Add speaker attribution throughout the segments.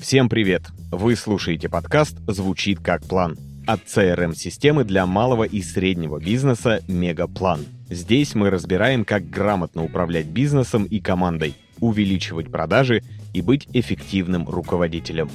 Speaker 1: Всем привет! Вы слушаете подкаст «Звучит как план» от CRM-системы для малого и среднего бизнеса «Мегаплан». Здесь мы разбираем, как грамотно управлять бизнесом и командой, увеличивать продажи и быть эффективным руководителем.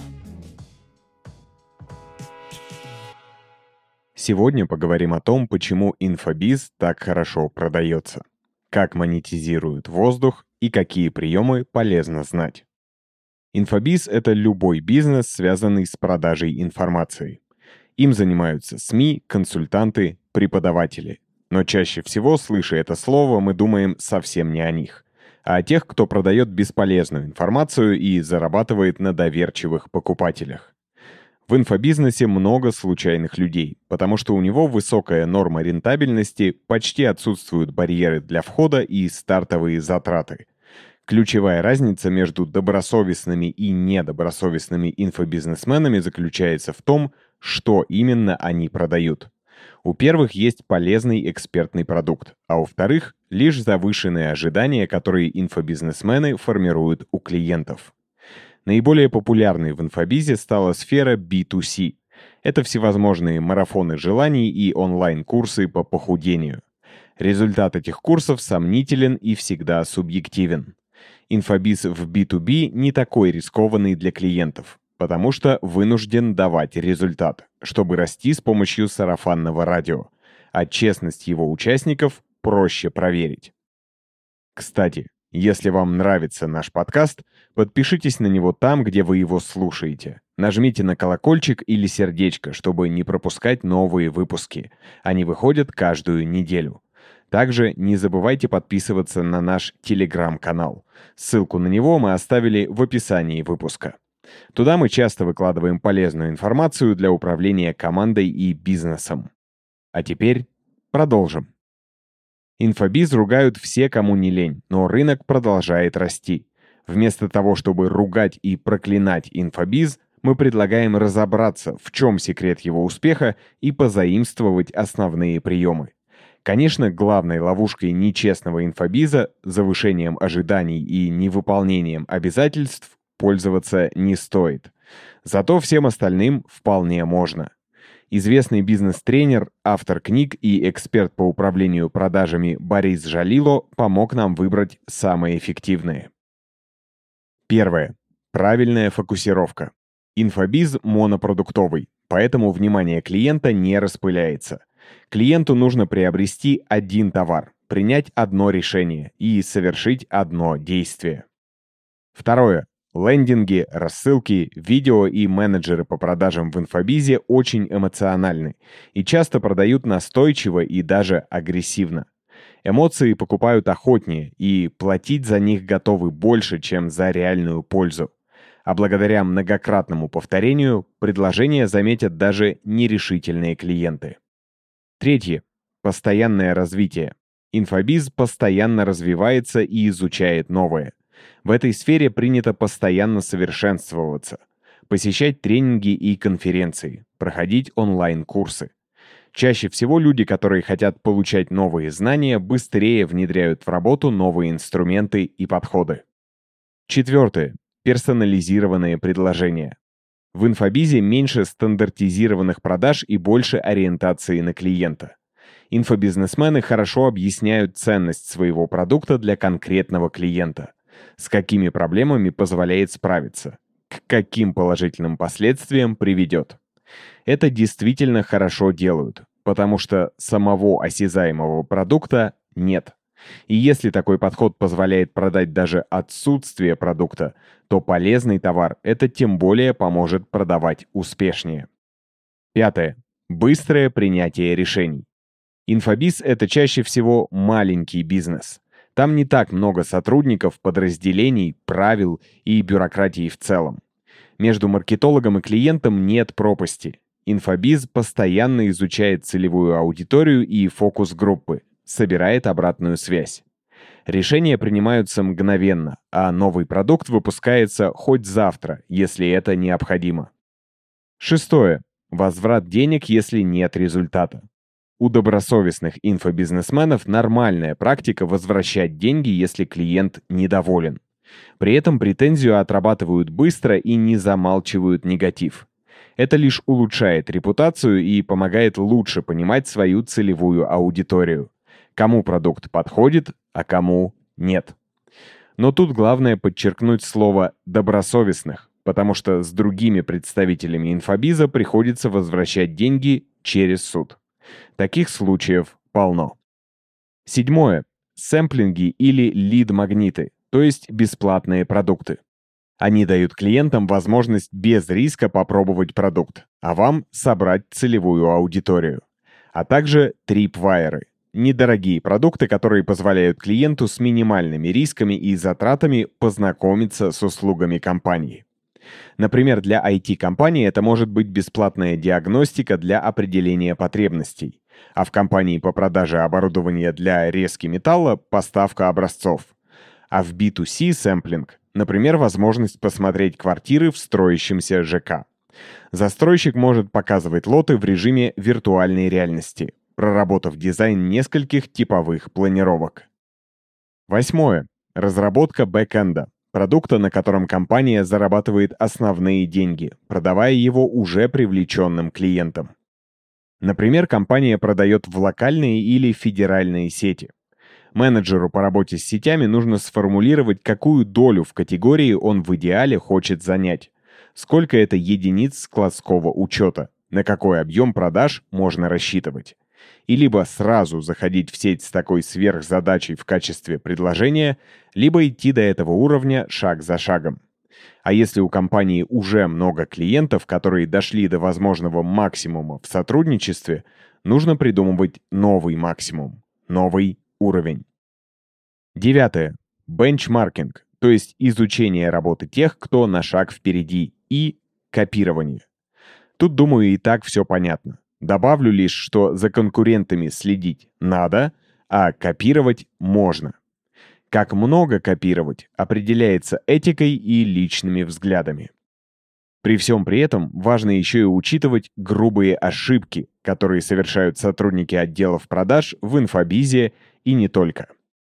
Speaker 1: Сегодня поговорим о том, почему инфобиз так хорошо продается, как монетизируют воздух и какие приемы полезно знать. Инфобиз — это любой бизнес, связанный с продажей информации. Им занимаются СМИ, консультанты, преподаватели. Но чаще всего, слыша это слово, мы думаем совсем не о них, а о тех, кто продает бесполезную информацию и зарабатывает на доверчивых покупателях. В инфобизнесе много случайных людей, потому что у него высокая норма рентабельности, почти отсутствуют барьеры для входа и стартовые затраты. Ключевая разница между добросовестными и недобросовестными инфобизнесменами заключается в том, что именно они продают. У первых есть полезный экспертный продукт, а у вторых — лишь завышенные ожидания, которые инфобизнесмены формируют у клиентов. Наиболее популярной в инфобизе стала сфера B2C. Это всевозможные марафоны желаний и онлайн-курсы по похудению. Результат этих курсов сомнителен и всегда субъективен. Инфобиз в B2B не такой рискованный для клиентов, потому что вынужден давать результат, чтобы расти с помощью сарафанного радио, а честность его участников проще проверить. Кстати, если вам нравится наш подкаст, подпишитесь на него там, где вы его слушаете. Нажмите на колокольчик или сердечко, чтобы не пропускать новые выпуски. Они выходят каждую неделю. Также не забывайте подписываться на наш Telegram-канал. Ссылку на него мы оставили в описании выпуска. Туда мы часто выкладываем полезную информацию для управления командой и бизнесом. А теперь продолжим. Инфобиз ругают все, кому не лень, но рынок продолжает расти. Вместо того, чтобы ругать и проклинать инфобиз, мы предлагаем разобраться, в чем секрет его успеха, и позаимствовать основные приемы. Конечно, главной ловушкой нечестного инфобиза, завышением ожиданий и невыполнением обязательств пользоваться не стоит. Зато всем остальным вполне можно. Известный бизнес-тренер, автор книг и эксперт по управлению продажами Борис Жалило помог нам выбрать самые эффективные. Первое. Правильная фокусировка. Инфобиз монопродуктовый, поэтому внимание клиента не распыляется. Клиенту нужно приобрести один товар, принять одно решение и совершить одно действие. Второе. Лендинги, рассылки, видео и менеджеры по продажам в инфобизе очень эмоциональны и часто продают настойчиво и даже агрессивно. Эмоции покупают охотнее и платить за них готовы больше, чем за реальную пользу. А благодаря многократному повторению предложение заметят даже нерешительные клиенты. Третье. Постоянное развитие. Инфобиз постоянно развивается и изучает новое. В этой сфере принято постоянно совершенствоваться, посещать тренинги и конференции, проходить онлайн-курсы. Чаще всего люди, которые хотят получать новые знания, быстрее внедряют в работу новые инструменты и подходы. Четвертое. Персонализированные предложения. В инфобизе меньше стандартизированных продаж и больше ориентации на клиента. Инфобизнесмены хорошо объясняют ценность своего продукта для конкретного клиента, с какими проблемами позволяет справиться, к каким положительным последствиям приведет. Это действительно хорошо делают, потому что самого осязаемого продукта нет. И если такой подход позволяет продать даже отсутствие продукта, то полезный товар это тем более поможет продавать успешнее. Пятое. Быстрое принятие решений. Инфобиз — это чаще всего маленький бизнес. Там не так много сотрудников, подразделений, правил и бюрократии в целом. Между маркетологом и клиентом нет пропасти. Инфобиз постоянно изучает целевую аудиторию и фокус-группы, собирает обратную связь. Решения принимаются мгновенно, а новый продукт выпускается хоть завтра, если это необходимо. Шестое. Возврат денег, если нет результата. У добросовестных инфобизнесменов нормальная практика возвращать деньги, если клиент недоволен. При этом претензию отрабатывают быстро и не замалчивают негатив. Это лишь улучшает репутацию и помогает лучше понимать свою целевую аудиторию. Кому продукт подходит, а кому нет. Но тут главное подчеркнуть слово «добросовестных», потому что с другими представителями инфобиза приходится возвращать деньги через суд. Таких случаев полно. 7. Сэмплинги или лид-магниты, то есть бесплатные продукты. Они дают клиентам возможность без риска попробовать продукт, а вам собрать целевую аудиторию. А также трипвайеры. Недорогие продукты, которые позволяют клиенту с минимальными рисками и затратами познакомиться с услугами компании. Например, для IT-компании это может быть бесплатная диагностика для определения потребностей, а в компании по продаже оборудования для резки металла – поставка образцов. А в B2C сэмплинг, например, возможность посмотреть квартиры в строящемся ЖК. Застройщик может показывать лоты в режиме виртуальной реальности, проработав дизайн нескольких типовых планировок. 8. Разработка бэкэнда, продукта, на котором компания зарабатывает основные деньги, продавая его уже привлеченным клиентам. Например, компания продает в локальные или федеральные сети. Менеджеру по работе с сетями нужно сформулировать, какую долю в категории он в идеале хочет занять, сколько это единиц складского учета, на какой объем продаж можно рассчитывать. И либо сразу заходить в сеть с такой сверхзадачей в качестве предложения, либо идти до этого уровня шаг за шагом. А если у компании уже много клиентов, которые дошли до возможного максимума в сотрудничестве, нужно придумывать новый максимум, новый уровень. 9. Бенчмаркинг, то есть изучение работы тех, кто на шаг впереди, и копирование. Тут, думаю, и так все понятно. Добавлю лишь, что за конкурентами следить надо, а копировать можно. Как много копировать определяется этикой и личными взглядами. При всем при этом важно еще и учитывать грубые ошибки, которые совершают сотрудники отделов продаж в инфобизе и не только.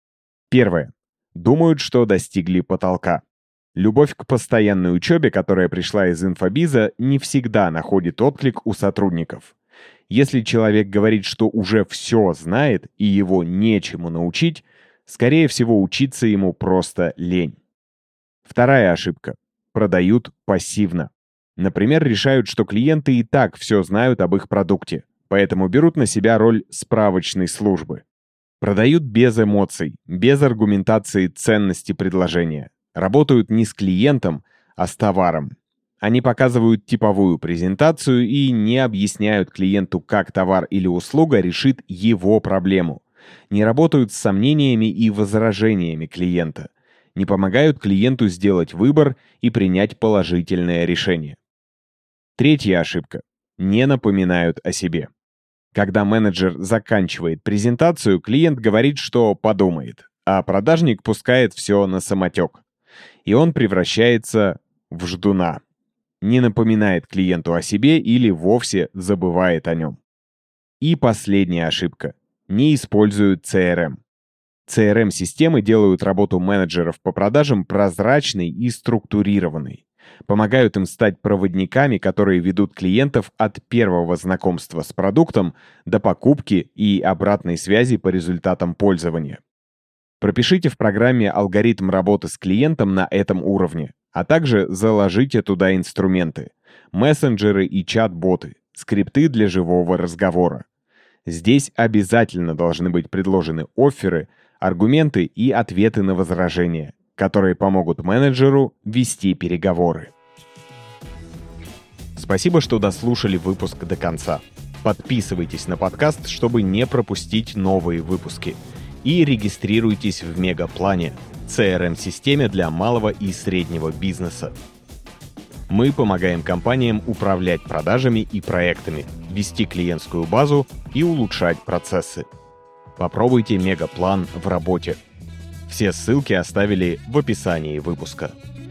Speaker 1: 1. Думают, что достигли потолка. Любовь к постоянной учебе, которая пришла из инфобиза, не всегда находит отклик у сотрудников. Если человек говорит, что уже все знает и его нечему научить, скорее всего, учиться ему просто лень. 2. ошибка. Продают пассивно. Например, решают, что клиенты и так все знают об их продукте, поэтому берут на себя роль справочной службы. Продают без эмоций, без аргументации ценности предложения. Работают не с клиентом, а с товаром. Они показывают типовую презентацию и не объясняют клиенту, как товар или услуга решит его проблему. Не работают с сомнениями и возражениями клиента. Не помогают клиенту сделать выбор и принять положительное решение. 3. ошибка. Не напоминают о себе. Когда менеджер заканчивает презентацию, клиент говорит, что подумает, а продажник пускает все на самотек. И он превращается в ждуна. Не напоминает клиенту о себе или вовсе забывает о нем. И последняя ошибка. Не используют CRM. CRM-системы делают работу менеджеров по продажам прозрачной и структурированной. Помогают им стать проводниками, которые ведут клиентов от первого знакомства с продуктом до покупки и обратной связи по результатам пользования. Пропишите в программе алгоритм работы с клиентом на этом уровне, а также заложите туда инструменты, мессенджеры и чат-боты, скрипты для живого разговора. Здесь обязательно должны быть предложены офферы, аргументы и ответы на возражения, которые помогут менеджеру вести переговоры. Спасибо, что дослушали выпуск до конца. Подписывайтесь на подкаст, чтобы не пропустить новые выпуски. И регистрируйтесь в Мегаплане, CRM-системе для малого и среднего бизнеса. Мы помогаем компаниям управлять продажами и проектами, вести клиентскую базу и улучшать процессы. Попробуйте Мегаплан в работе. Все ссылки оставили в описании выпуска.